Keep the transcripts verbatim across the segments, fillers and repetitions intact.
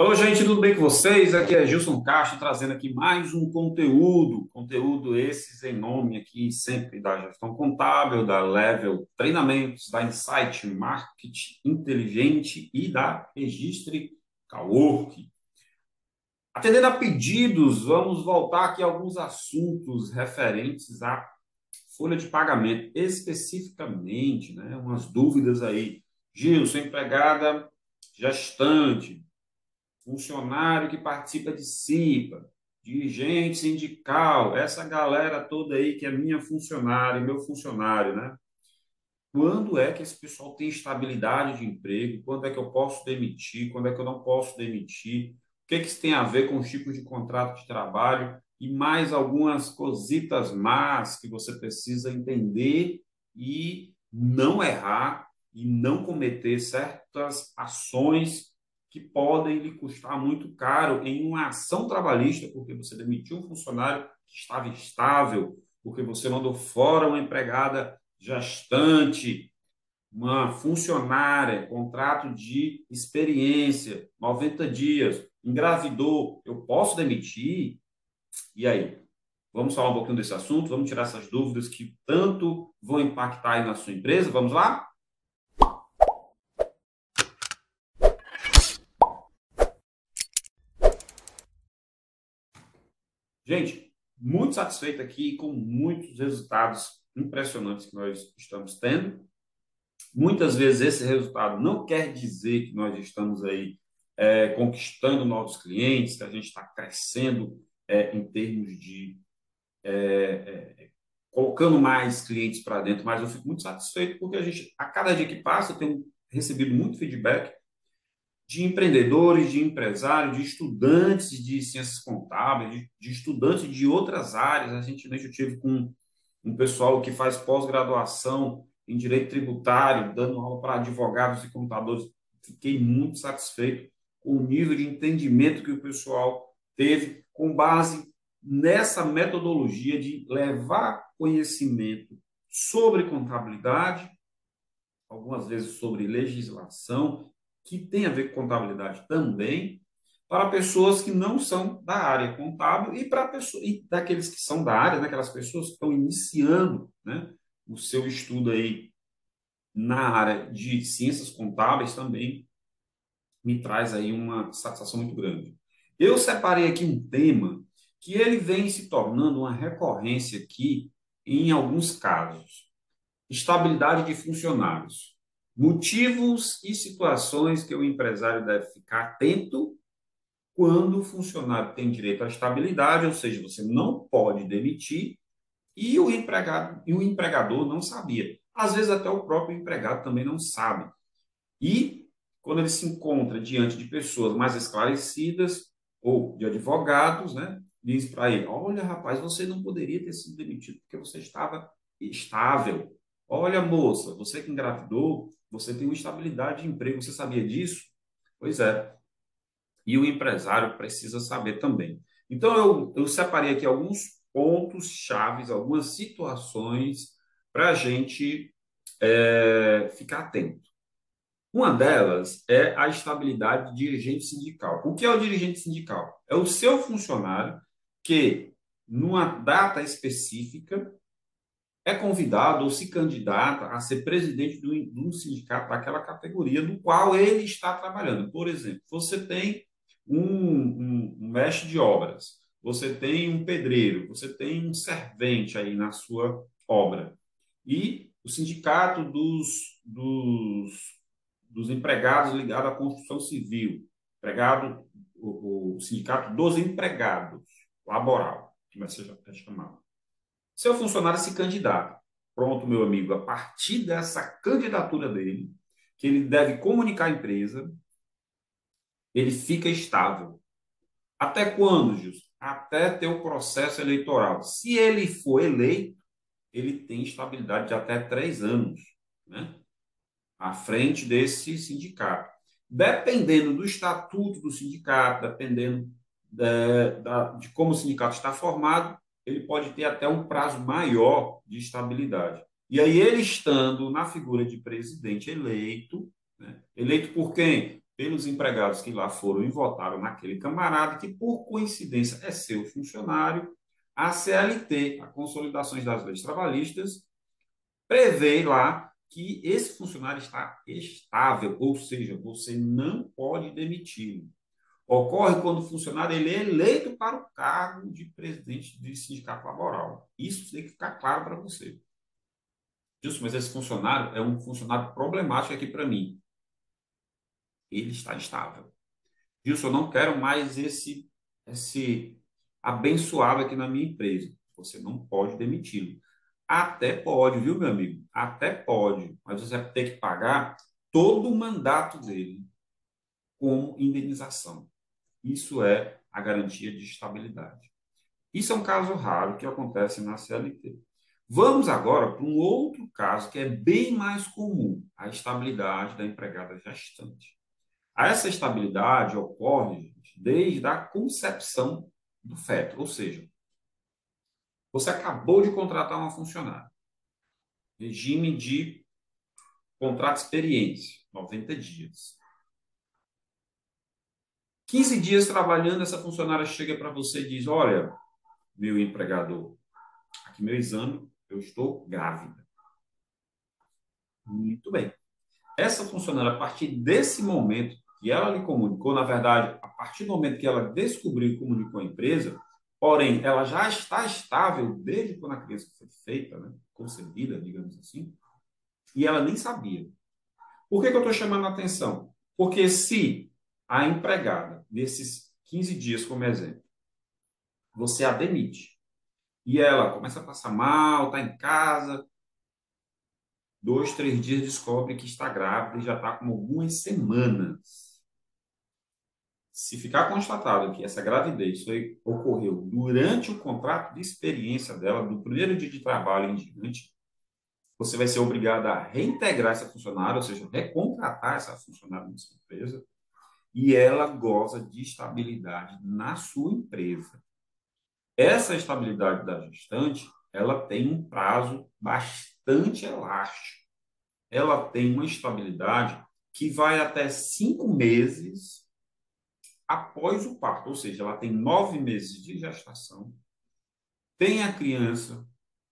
Alô, gente, tudo bem com vocês? Aqui é Gilson Castro trazendo aqui mais um conteúdo, conteúdo esses em nome aqui sempre da gestão contábil, da Level Treinamentos, da Insight Marketing Inteligente e da Registre Cowork. Atendendo a pedidos, vamos voltar aqui a alguns assuntos referentes à folha de pagamento, especificamente, né? Umas dúvidas aí. Gilson, empregada gestante, funcionário que participa de CIPA, dirigente sindical, essa galera toda aí que é minha funcionária, meu funcionário, né? Quando é que esse pessoal tem estabilidade de emprego? Quando é que eu posso demitir? Quando é que eu não posso demitir? O que é que isso tem a ver com os tipos de contrato de trabalho? E mais algumas cositas más que você precisa entender e não errar e não cometer certas ações que podem lhe custar muito caro em uma ação trabalhista, porque você demitiu um funcionário que estava estável, porque você mandou fora uma empregada gestante, uma funcionária, contrato de experiência, noventa dias, engravidou, eu posso demitir? E aí? Vamos falar um pouquinho desse assunto, vamos tirar essas dúvidas que tanto vão impactar aí na sua empresa. Vamos lá? Gente, muito satisfeito aqui com muitos resultados impressionantes que nós estamos tendo. Muitas vezes esse resultado não quer dizer que nós estamos aí é, conquistando novos clientes, que a gente está crescendo é, em termos de é, é, colocando mais clientes para dentro, mas eu fico muito satisfeito porque a gente, a cada dia que passa, eu tenho recebido muito feedback de empreendedores, de empresários, de estudantes de ciências contábeis, de, de estudantes de outras áreas. Recentemente eu tive com um pessoal que faz pós-graduação em direito tributário, dando aula para advogados e contadores. Fiquei muito satisfeito com o nível de entendimento que o pessoal teve com base nessa metodologia de levar conhecimento sobre contabilidade, algumas vezes sobre legislação, que tem a ver com contabilidade também, para pessoas que não são da área contábil e para pessoas e daqueles que são da área, né, aquelas pessoas que estão iniciando, né, o seu estudo aí na área de ciências contábeis também me traz aí uma satisfação muito grande. Eu separei aqui um tema que ele vem se tornando uma recorrência aqui em alguns casos. Estabilidade de funcionários. Motivos e situações que o empresário deve ficar atento quando o funcionário tem direito à estabilidade, ou seja, você não pode demitir, e o empregado e o empregador não sabia. Às vezes até o próprio empregado também não sabe. E quando ele se encontra diante de pessoas mais esclarecidas ou de advogados, né, diz para ele: olha, rapaz, você não poderia ter sido demitido porque você estava estável. Olha, moça, você que engravidou, você tem uma estabilidade de emprego, você sabia disso? Pois é. E o empresário precisa saber também. Então, eu, eu separei aqui alguns pontos chaves, algumas situações para a gente é, ficar atento. Uma delas é a estabilidade de dirigente sindical. O que é o dirigente sindical? É o seu funcionário que, numa data específica, é convidado ou se candidata a ser presidente do, do sindicato daquela categoria no qual ele está trabalhando. Por exemplo, você tem um, um, um mestre de obras, você tem um pedreiro, você tem um servente aí na sua obra. E o sindicato dos, dos, dos empregados ligado à construção civil, empregado, o, o sindicato dos empregados laboral, que vai ser chamado. Seu funcionário se candidata. Pronto, meu amigo, a partir dessa candidatura dele, que ele deve comunicar à empresa, ele fica estável. Até quando, Gilson? Até ter o processo eleitoral. Se ele for eleito, ele tem estabilidade de até três anos, né? À frente desse sindicato. Dependendo do estatuto do sindicato, dependendo da, da, de como o sindicato está formado, ele pode ter até um prazo maior de estabilidade. E aí, ele estando na figura de presidente eleito, né? Eleito por quem? pelos empregados que lá foram e votaram naquele camarada, que por coincidência é seu funcionário, a C L T, a Consolidações das Leis Trabalhistas, prevê lá que esse funcionário está estável, ou seja, você não pode demiti-lo. Ocorre quando o funcionário ele é eleito para o cargo de presidente de sindicato laboral. Isso tem que ficar claro para você. Justo, mas esse funcionário é um funcionário problemático aqui para mim. Ele está estável. Wilson, eu não quero mais esse, esse abençoado aqui na minha empresa. Você não pode demiti-lo. Até pode, viu, meu amigo? Até pode, mas você vai ter que pagar todo o mandato dele como indenização. Isso é a garantia de estabilidade. Isso é um caso raro que acontece na C L T. Vamos agora para um outro caso que é bem mais comum, a estabilidade da empregada gestante. Essa estabilidade ocorre gente, desde a concepção do feto, ou seja, você acabou de contratar uma funcionária, regime de contrato de experiência, noventa dias. quinze dias trabalhando, essa funcionária chega para você e diz: olha, meu empregador, aqui meu exame, eu estou grávida. Muito bem. Essa funcionária, a partir desse momento que ela lhe comunicou, na verdade, a partir do momento que ela descobriu e comunicou à empresa, porém, ela já está estável desde quando a criança foi feita, né, concebida, digamos assim, e ela nem sabia. Por que que eu estou chamando a atenção? Porque se a empregada, nesses quinze dias, como exemplo, você a demite, e ela começa a passar mal, está em casa, dois, três dias descobre que está grávida e já está com algumas semanas. Se ficar constatado que essa gravidez foi, ocorreu durante o contrato de experiência dela, do primeiro dia de trabalho em diante, você vai ser obrigado a reintegrar essa funcionária, ou seja, recontratar essa funcionária na sua empresa, e ela goza de estabilidade na sua empresa. Essa estabilidade da gestante, ela tem um prazo bastante elástico. Ela tem uma estabilidade que vai até cinco meses após o parto, ou seja, ela tem nove meses de gestação, tem a criança,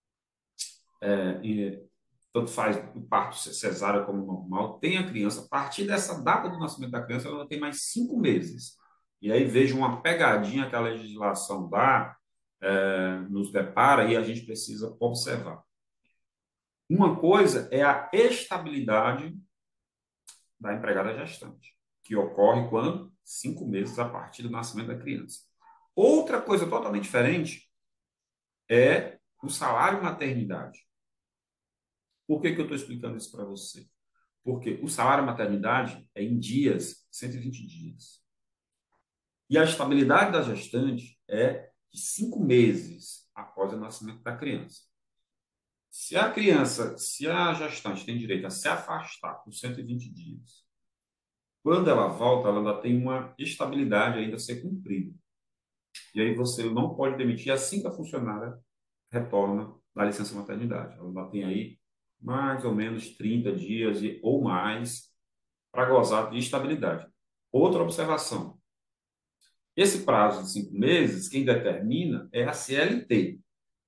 é, e, tanto faz o parto cesárea como normal, tem a criança, a partir dessa data do nascimento da criança, ela tem mais cinco meses. E aí veja uma pegadinha que a legislação dá, é, nos depara e a gente precisa observar. Uma coisa é a estabilidade da empregada gestante, que ocorre quando? Cinco meses a partir do nascimento da criança. Outra coisa totalmente diferente é o salário maternidade. Por que que eu estou explicando isso para você? Porque o salário maternidade é em dias, cento e vinte dias. E a estabilidade da gestante é de cinco meses após o nascimento da criança. Se a criança, se a gestante tem direito a se afastar por cento e vinte dias, quando ela volta, ela ainda tem uma estabilidade ainda a ser cumprida. E aí você não pode demitir assim que a funcionária retorna da licença maternidade. Ela ainda tem aí mais ou menos trinta dias ou mais para gozar de estabilidade. Outra observação. Esse prazo de cinco meses, quem determina é a C L T.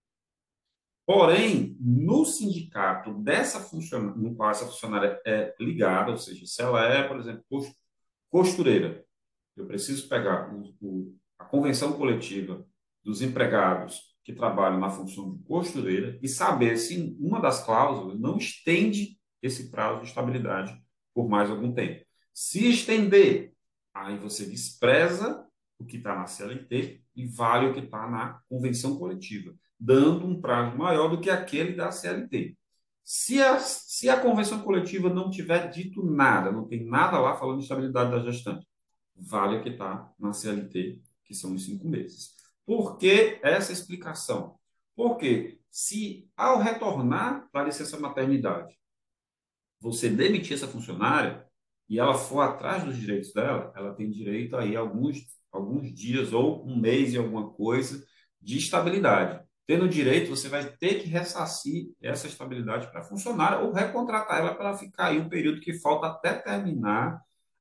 Porém, no sindicato dessa funcionária, no qual essa funcionária é ligada, ou seja, se ela é, por exemplo, costureira, eu preciso pegar o, o, a convenção coletiva dos empregados que trabalham na função de costureira e saber se uma das cláusulas não estende esse prazo de estabilidade por mais algum tempo. Se estender, aí você despreza o que está na C L T e vale o que está na convenção coletiva, dando um prazo maior do que aquele da C L T. Se a, se a convenção coletiva não tiver dito nada, não tem nada lá falando de estabilidade da gestante, vale o que está na C L T, que são os cinco meses. Por que essa explicação? Porque se ao retornar para a licença maternidade, você demitir essa funcionária e ela for atrás dos direitos dela, ela tem direito aí a alguns, alguns dias ou um mês e alguma coisa de estabilidade. Tendo direito, você vai ter que ressarcir essa estabilidade para a funcionária ou recontratar ela para ela ficar aí um período que falta até terminar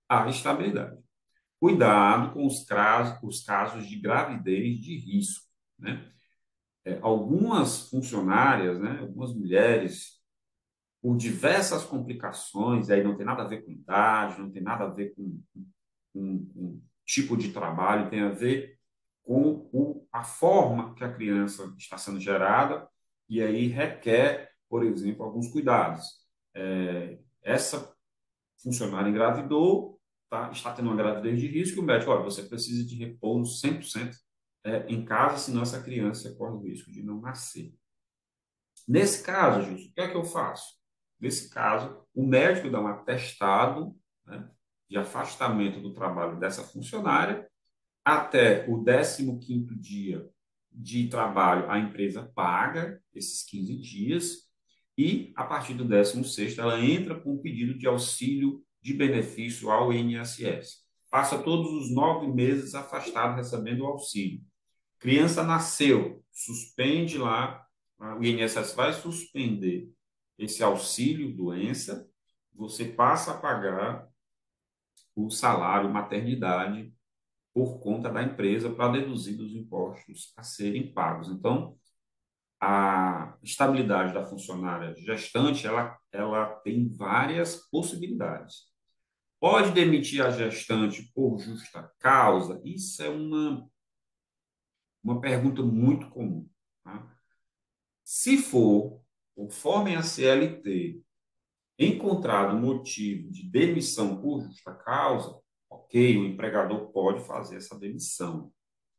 a estabilidade. Cuidado com os casos, os casos de gravidez de risco, né? É, algumas funcionárias, né, algumas mulheres, por diversas complicações, aí não tem nada a ver com idade, não tem nada a ver com, com, com tipo de trabalho, tem a ver com o, a forma que a criança está sendo gerada, e aí requer, por exemplo, alguns cuidados. É, essa funcionária engravidou, tá, está tendo uma gravidez de risco, e o médico, olha, você precisa de repouso cem por cento é, em casa, senão essa criança corre o risco de não nascer. Nesse caso, Justo, o que é que eu faço? Nesse caso, o médico dá um atestado, né, de afastamento do trabalho dessa funcionária até o décimo quinto dia de trabalho, a empresa paga esses quinze dias e, a partir do décimo sexto, ela entra com um pedido de auxílio de benefício ao I N S S. Passa todos os nove meses afastado recebendo o auxílio. Criança nasceu, suspende lá, o I N S S vai suspender esse auxílio doença, você passa a pagar o salário maternidade por conta da empresa para deduzir dos impostos a serem pagos. Então, a estabilidade da funcionária gestante, ela, ela tem várias possibilidades. Pode demitir a gestante por justa causa? Isso é uma, uma pergunta muito comum. Tá? Se for, conforme a C L T, encontrado motivo de demissão por justa causa, ok, o empregador pode fazer essa demissão.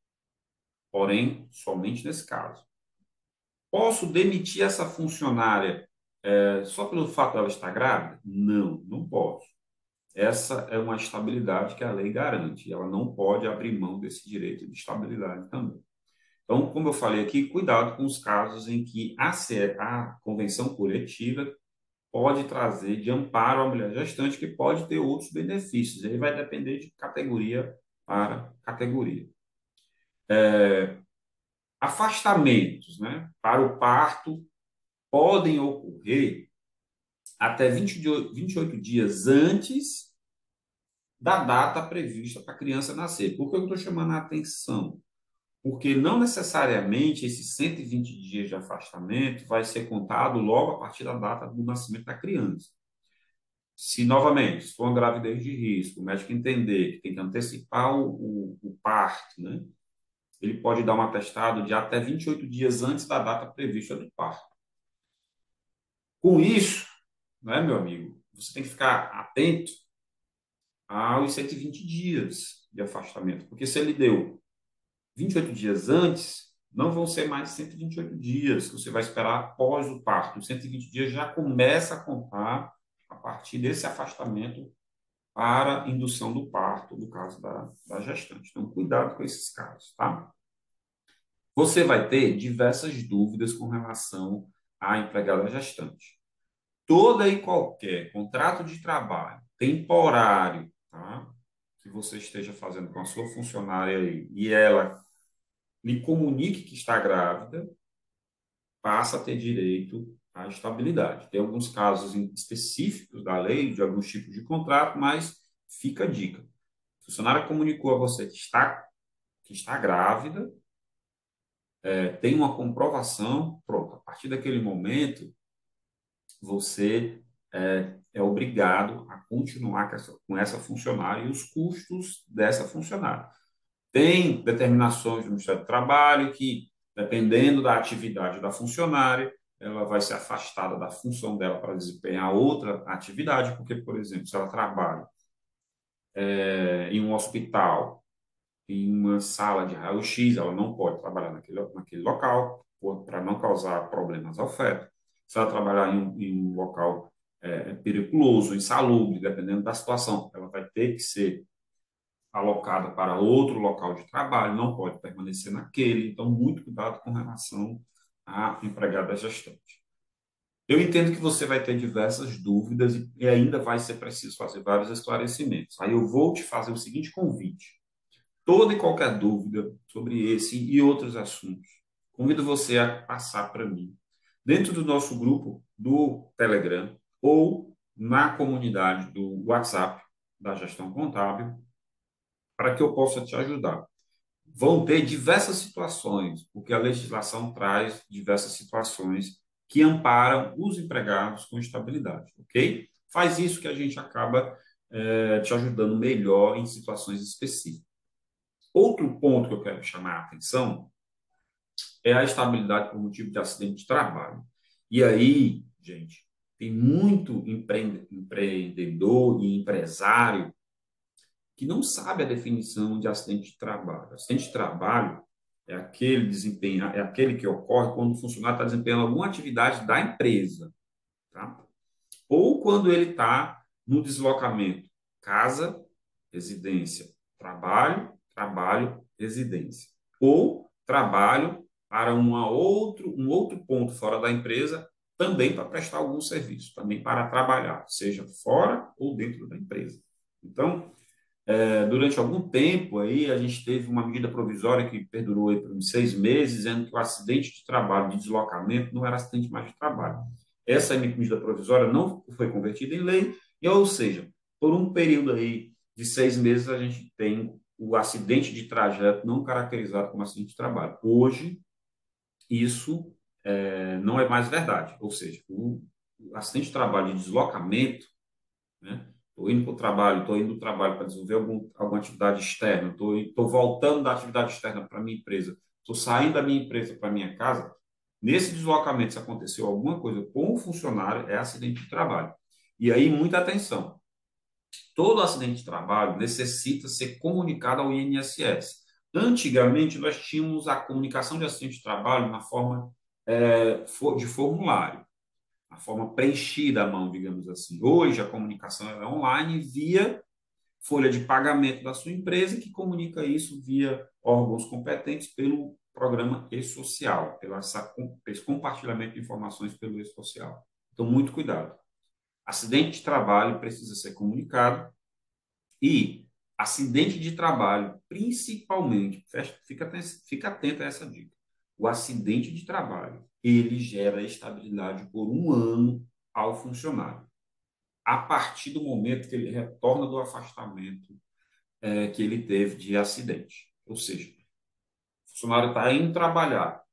Porém, somente nesse caso. Posso demitir essa funcionária é, só pelo fato dela estar grávida? Não, não posso. Essa é uma estabilidade que a lei garante. Ela não pode abrir mão desse direito de estabilidade também. Então, como eu falei aqui, cuidado com os casos em que a, C- a convenção coletiva pode trazer de amparo à mulher gestante, que pode ter outros benefícios. Aí vai depender de categoria para categoria. Afastamentos, né, para o parto podem ocorrer até vinte, vinte e oito dias antes da data prevista para a criança nascer. Por que eu estou chamando a atenção? Porque não necessariamente esses cento e vinte dias de afastamento vai ser contado logo a partir da data do nascimento da criança. Se, novamente, se for uma gravidez de risco, o médico entender que tem que antecipar o, o, o parto, né? Ele pode dar um atestado de até vinte e oito dias antes da data prevista do parto. Com isso, né, meu amigo, você tem que ficar atento aos cento e vinte dias de afastamento, porque se ele deu vinte e oito dias antes, não vão ser mais cento e vinte e oito dias que você vai esperar após o parto. Os cento e vinte dias já começa a contar a partir desse afastamento para indução do parto, no caso da, da gestante. Então, cuidado com esses casos, tá? Você vai ter diversas dúvidas com relação à empregada gestante. Toda e qualquer contrato de trabalho temporário, tá? Que você esteja fazendo com a sua funcionária aí, e ela lhe comunique que está grávida, passa a ter direito à estabilidade. Tem alguns casos específicos da lei, de alguns tipos de contrato, mas fica a dica. A funcionária comunicou a você que está, que está grávida, é, tem uma comprovação, pronto. A partir daquele momento, você é, é obrigado a continuar com essa, com essa funcionária e os custos dessa funcionária. Tem determinações do Ministério do Trabalho que, dependendo da atividade da funcionária, ela vai ser afastada da função dela para desempenhar outra atividade, porque, por exemplo, se ela trabalha é, em um hospital, em uma sala de raio-x, ela não pode trabalhar naquele, naquele local, para não causar problemas ao feto. Se ela trabalhar em um, em um local é, periculoso, insalubre, dependendo da situação, ela vai ter que ser alocada para outro local de trabalho, não pode permanecer naquele. Então, muito cuidado com relação à empregada gestante. Eu entendo que você vai ter diversas dúvidas e ainda vai ser preciso fazer vários esclarecimentos. Aí eu vou te fazer o seguinte convite. Toda e qualquer dúvida sobre esse e outros assuntos, convido você a passar para mim, dentro do nosso grupo do Telegram ou na comunidade do WhatsApp, da gestão contábil para que eu possa te ajudar. Vão ter diversas situações, porque a legislação traz diversas situações que amparam os empregados com estabilidade, ok? Faz isso que a gente acaba eh, te ajudando melhor em situações específicas. Outro ponto que eu quero chamar a atenção é a estabilidade por motivo de acidente de trabalho. E aí, gente, tem muito empre- empreendedor e empresário que não sabe a definição de acidente de trabalho. Acidente de trabalho é aquele desempenho, é aquele que ocorre quando o funcionário está desempenhando alguma atividade da empresa, tá? Ou quando ele está no deslocamento casa, residência, trabalho, trabalho, residência. Ou trabalho para uma outro, um outro ponto fora da empresa, também para prestar algum serviço, também para trabalhar, seja fora ou dentro da empresa. Então, é, durante algum tempo aí, a gente teve uma medida provisória que perdurou aí por uns seis meses, dizendo que o acidente de trabalho, de deslocamento, não era acidente mais de trabalho. Essa medida provisória não foi convertida em lei, e, ou seja, por um período aí de seis meses, a gente tem o acidente de trajeto não caracterizado como acidente de trabalho. Hoje, isso é, não é mais verdade, ou seja, o, o acidente de trabalho de deslocamento, né? Estou indo para o trabalho, estou indo do trabalho para desenvolver algum, alguma atividade externa, estou voltando da atividade externa para a minha empresa, estou saindo da minha empresa para a minha casa. Nesse deslocamento, se aconteceu alguma coisa com o funcionário, é acidente de trabalho. E aí, muita atenção. Todo acidente de trabalho necessita ser comunicado ao I N S S. Antigamente, nós tínhamos a comunicação de acidente de trabalho na forma é, de formulário, a forma preenchida à mão, digamos assim. Hoje, a comunicação é online via folha de pagamento da sua empresa, que comunica isso via órgãos competentes pelo programa e-social, pelo essa, esse compartilhamento de informações pelo e-social. Então, muito cuidado. Acidente de trabalho precisa ser comunicado e acidente de trabalho, principalmente, fica, fica atento a essa dica. O acidente de trabalho, ele gera estabilidade por um ano ao funcionário. A partir do momento que ele retorna do afastamento é, que ele teve de acidente. Ou seja, o funcionário está indo trabalhar,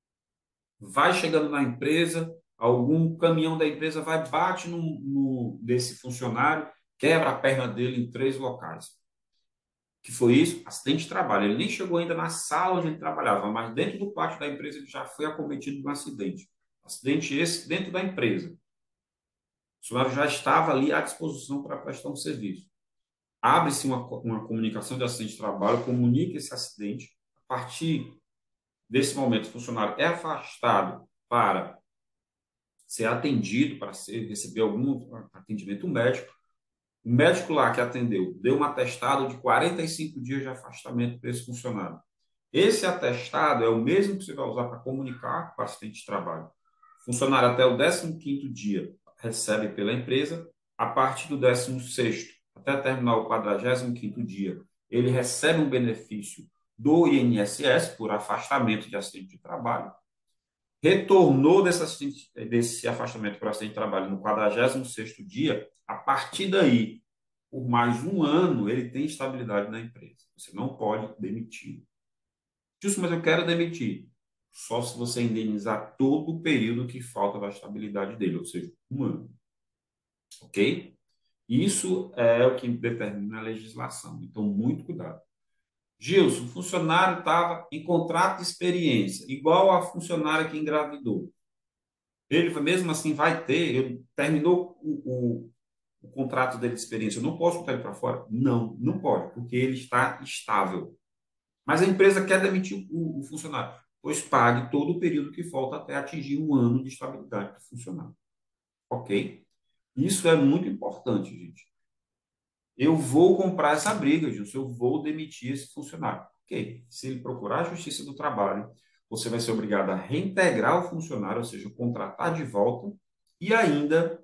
vai chegando na empresa, algum caminhão da empresa vai, bate no, no desse funcionário, quebra a perna dele em três locais. Que foi isso? Acidente de trabalho. Ele nem chegou ainda na sala onde ele trabalhava, mas dentro do pátio da empresa ele já foi acometido de um acidente. Acidente esse dentro da empresa. O funcionário já estava ali à disposição para prestar um serviço. Abre-se uma, uma comunicação de acidente de trabalho, comunica esse acidente. A partir desse momento, o funcionário é afastado para ser atendido, para ser, receber algum atendimento médico. O médico lá que atendeu deu um atestado de quarenta e cinco dias de afastamento para esse funcionário. Esse atestado é o mesmo que você vai usar para comunicar com o acidente de trabalho. O funcionário até o décimo quinto dia recebe pela empresa, a partir do décimo sexto até terminar o quadragésimo quinto dia, ele recebe um benefício do I N S S por afastamento de acidente de trabalho. Retornou desse, acidente, desse afastamento por acidente de trabalho no quadragésimo sexto dia, a partir daí, por mais um ano, ele tem estabilidade na empresa. Você não pode demitir. Justo, mas eu quero demitir. Só se você indenizar todo o período que falta da estabilidade dele, ou seja, um ano. Ok? Isso é o que determina a legislação. Então, muito cuidado. Gilson, o funcionário estava em contrato de experiência, igual a funcionária que engravidou. Ele, mesmo assim, vai ter, ele terminou o, o, o contrato dele de experiência, eu não posso botar ele para fora? Não, não pode, porque ele está estável. Mas a empresa quer demitir o, o funcionário, pois pague todo o período que falta até atingir um ano de estabilidade do funcionário. Ok? Isso é muito importante, gente. Eu vou comprar essa briga, Gilson, eu vou demitir esse funcionário. Ok, se ele procurar a Justiça do Trabalho, você vai ser obrigado a reintegrar o funcionário, ou seja, contratar de volta, e ainda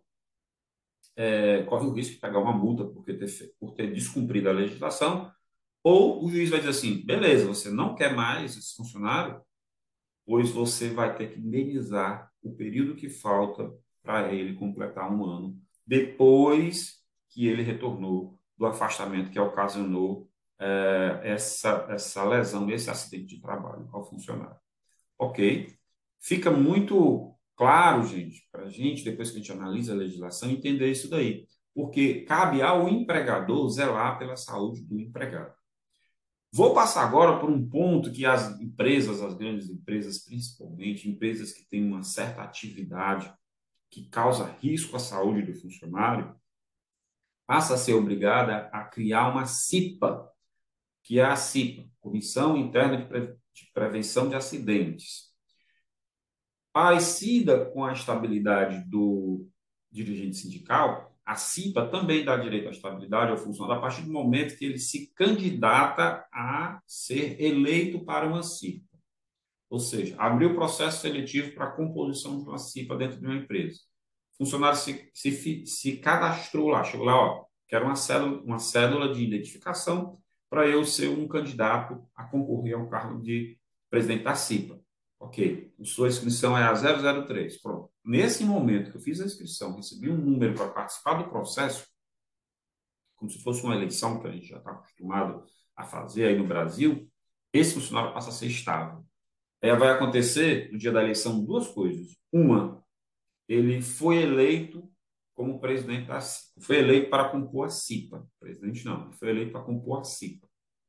é, corre o risco de pegar uma multa por ter, por ter descumprido a legislação, ou o juiz vai dizer assim, beleza, você não quer mais esse funcionário, pois você vai ter que indenizar o período que falta para ele completar um ano, depois que ele retornou do afastamento que ocasionou é, essa, essa lesão, esse acidente de trabalho ao funcionário. Ok? Fica muito claro, gente, para a gente, depois que a gente analisa a legislação, entender isso daí. Porque cabe ao empregador zelar pela saúde do empregado. Vou passar agora por um ponto que as empresas, as grandes empresas, principalmente, empresas que têm uma certa atividade que causa risco à saúde do funcionário, passa a ser obrigada a criar uma CIPA, que é a CIPA, Comissão Interna de, Pre de Prevenção de Acidentes. Parecida com a estabilidade do dirigente sindical, a CIPA também dá direito à estabilidade ao funcionário a partir do momento que ele se candidata a ser eleito para uma CIPA. Ou seja, abriu o processo seletivo para a composição de uma CIPA dentro de uma empresa. O funcionário se, se, se cadastrou lá, chegou lá, ó, quero uma cédula, uma cédula de identificação para eu ser um candidato a concorrer ao cargo de presidente da CIPA. Ok, a sua inscrição é a zero zero três. Pronto. Nesse momento que eu fiz a inscrição, recebi um número para participar do processo, como se fosse uma eleição que a gente já está acostumado a fazer aí no Brasil, esse funcionário passa a ser estável. Aí vai acontecer, no dia da eleição, duas coisas. Uma, ele foi eleito como presidente da CIPA. Foi eleito para compor a CIPA. Presidente não, ele foi eleito para compor a CIPA.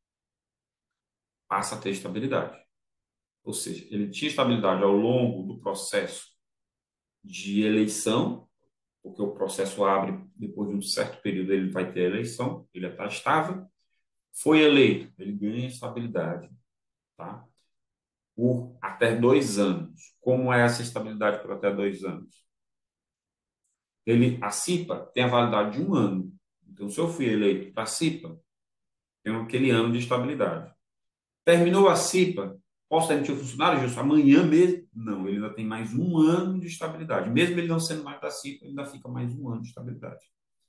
Passa a ter estabilidade. Ou seja, ele tinha estabilidade ao longo do processo de eleição, porque o processo abre depois de um certo período, ele vai ter a eleição, ele está estável. Foi eleito, ele ganha estabilidade, tá? Por até dois anos. Como é essa estabilidade por até dois anos? Ele, a CIPA tem a validade de um ano. Então, se eu fui eleito para a CIPA, tenho aquele ano de estabilidade. Terminou a CIPA, posso demitir o funcionário, Gilson, amanhã mesmo? Não, ele ainda tem mais um ano de estabilidade. Mesmo ele não sendo mais da CIPA, ainda fica mais um ano de estabilidade.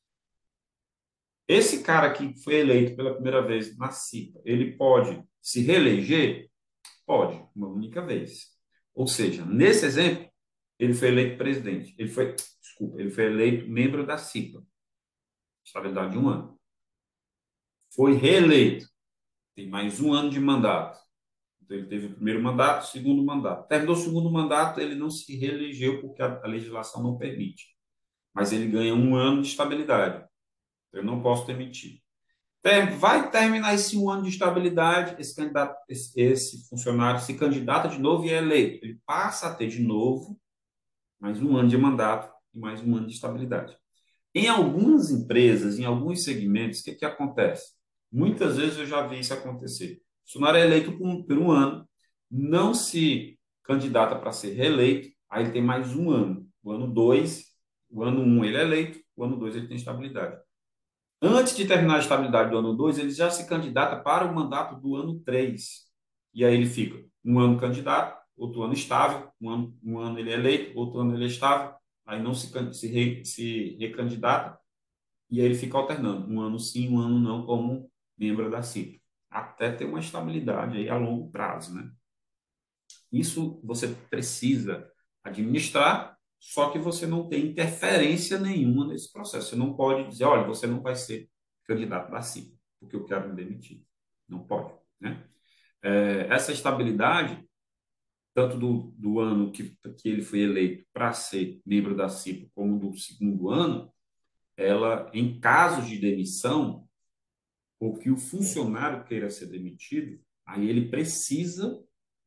Esse cara que foi eleito pela primeira vez na CIPA, ele pode se reeleger? Pode, uma única vez. Ou seja, nesse exemplo, ele foi eleito presidente. Ele foi, desculpa, ele foi eleito membro da CIPA. Estabilidade de um ano. Foi reeleito. Tem mais um ano de mandato. Então, ele teve o primeiro mandato, o segundo mandato. Terminou o segundo mandato, ele não se reelegeu porque a, a legislação não permite. Mas ele ganha um ano de estabilidade. Eu não posso demitir. Vai terminar esse um ano de estabilidade, esse, candidato, esse, esse funcionário se candidata de novo e é eleito. Ele passa a ter de novo mais um ano de mandato e mais um ano de estabilidade. Em algumas empresas, em alguns segmentos, o que, que acontece? Muitas vezes eu já vi isso acontecer. O funcionário é eleito por, por um ano, não se candidata para ser reeleito, aí ele tem mais um ano. O ano dois, o ano um ele é eleito, o ano dois ele tem estabilidade. Antes de terminar a estabilidade do ano dois, ele já se candidata para o mandato do ano três. E aí ele fica um ano candidato, outro ano estável, um ano, um ano ele é eleito, outro ano ele é estável, aí não se, se, re, se recandidata, e aí ele fica alternando, um ano sim, um ano não, como membro da CIPA, até ter uma estabilidade aí a longo prazo, né? Isso você precisa administrar, só que você não tem interferência nenhuma nesse processo. Você não pode dizer, olha, você não vai ser candidato da CIPA, porque eu quero me demitir. Não pode, né? É, essa estabilidade, tanto do, do ano que, que ele foi eleito para ser membro da CIPA, como do segundo ano, ela, em casos de demissão, ou que o funcionário queira ser demitido, aí ele precisa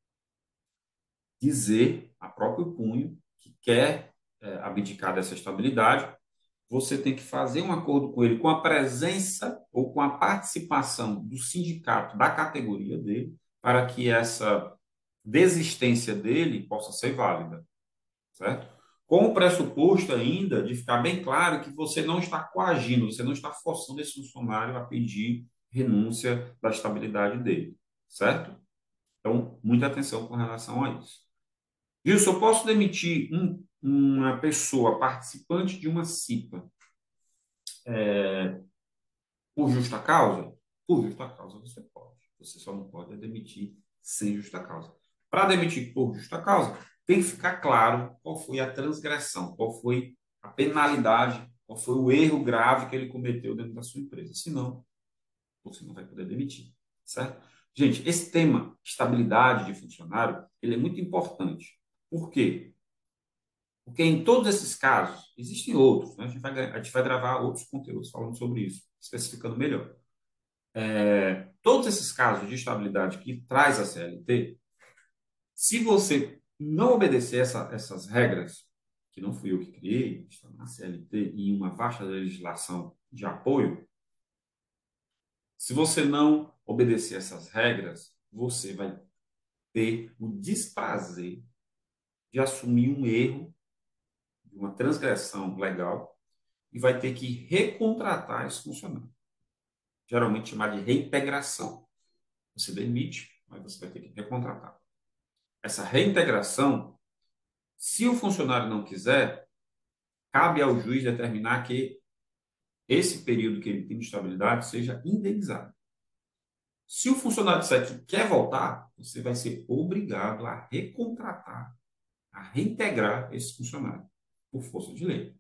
dizer a próprio punho que quer é, abdicar dessa estabilidade, você tem que fazer um acordo com ele com a presença ou com a participação do sindicato da categoria dele, para que essa desistência dele possa ser válida, certo? Com o pressuposto ainda de ficar bem claro que você não está coagindo, você não está forçando esse funcionário a pedir renúncia da estabilidade dele, certo? Então, muita atenção com relação a isso. Gilson, eu posso demitir um, uma pessoa participante de uma CIPA é, por justa causa? Por justa causa você pode. Você só não pode demitir sem justa causa. Para demitir por justa causa, tem que ficar claro qual foi a transgressão, qual foi a penalidade qual foi o erro grave que ele cometeu dentro da sua empresa. Senão, você não vai poder demitir, certo? Gente, esse tema, estabilidade de funcionário, ele é muito importante. Por quê? Porque em todos esses casos, existem outros, né? A gente vai, a gente vai gravar outros conteúdos falando sobre isso, especificando melhor. É, todos esses casos de estabilidade que traz a C L T, se você não obedecer essa, essas regras, que não fui eu que criei, está na C L T e em uma vasta legislação de apoio, se você não obedecer essas regras, você vai ter o desprazer de assumir um erro, uma transgressão legal, e vai ter que recontratar esse funcionário. Geralmente chamado de reintegração. Você demite, mas você vai ter que recontratar. Essa reintegração, se o funcionário não quiser, cabe ao juiz determinar que esse período que ele tem de estabilidade seja indenizado. Se o funcionário disser que quer voltar, você vai ser obrigado a recontratar, a reintegrar esse funcionário, por força de lei.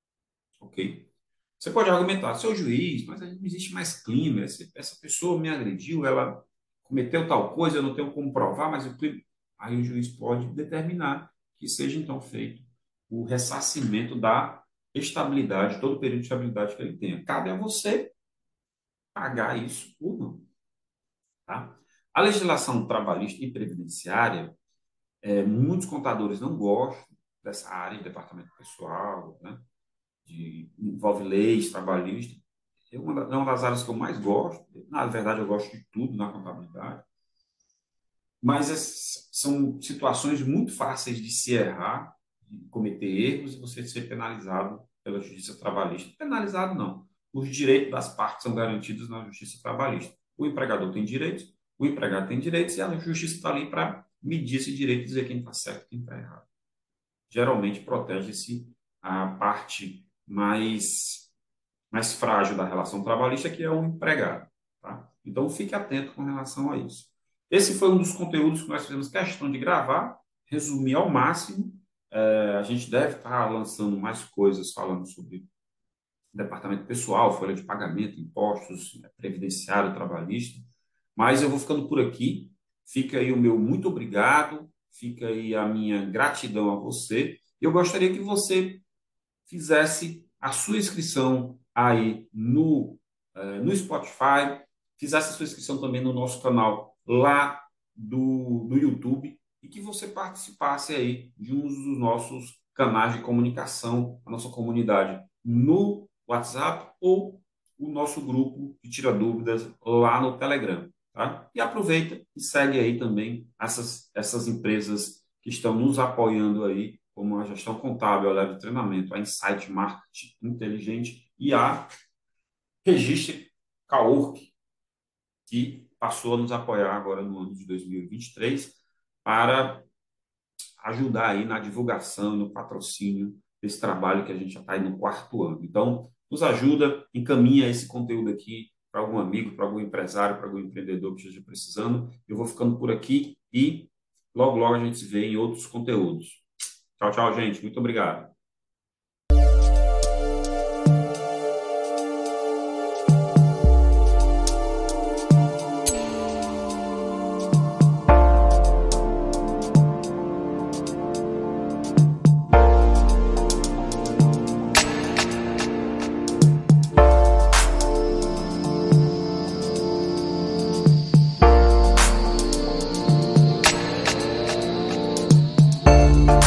Ok? Você pode argumentar, seu juiz, mas não existe mais clima, essa pessoa me agrediu, ela cometeu tal coisa, eu não tenho como provar, mas o clima... Aí o juiz pode determinar que seja então feito o ressarcimento da estabilidade, todo o período de estabilidade que ele tenha. Cabe a você pagar isso ou não. Tá? A legislação trabalhista e previdenciária, é, muitos contadores não gostam dessa área de departamento pessoal, né? De, envolve leis trabalhistas. É uma, é uma das áreas que eu mais gosto. Na verdade, eu gosto de tudo na contabilidade. Mas es, são situações muito fáceis de se errar, de cometer erros e você ser penalizado pela justiça trabalhista. Penalizado não. Os direitos das partes são garantidos na justiça trabalhista. O empregador tem direitos, o empregado tem direitos e a justiça está ali para medir esse direito e dizer quem está certo e quem está errado. Geralmente protege-se a parte mais, mais frágil da relação trabalhista, que é o empregado. Tá? Então, fique atento com relação a isso. Esse foi um dos conteúdos que nós fizemos questão de gravar, resumir ao máximo. É, a gente deve estar lançando mais coisas falando sobre departamento pessoal, folha de pagamento, impostos, previdenciário, trabalhista. Mas eu vou ficando por aqui. Fica aí o meu muito obrigado, fica aí a minha gratidão a você. Eu gostaria que você fizesse a sua inscrição aí no, uh, no Spotify, fizesse a sua inscrição também no nosso canal lá do, do YouTube e que você participasse aí de um dos nossos canais de comunicação, a nossa comunidade no WhatsApp ou o nosso grupo de tira dúvidas lá no Telegram. Tá? E aproveita e segue aí também essas, essas empresas que estão nos apoiando aí, como a Gestão Contábil, a Leve Treinamento, a Insight Marketing Inteligente e a Registre Cowork, que passou a nos apoiar agora no ano de dois mil e vinte e três para ajudar aí na divulgação e no patrocínio desse trabalho que a gente já está aí no quarto ano. Então, nos ajuda, encaminha esse conteúdo aqui para algum amigo, para algum empresário, para algum empreendedor que esteja precisando. Eu vou ficando por aqui e logo, logo a gente se vê em outros conteúdos. Tchau, tchau, gente. Muito obrigado.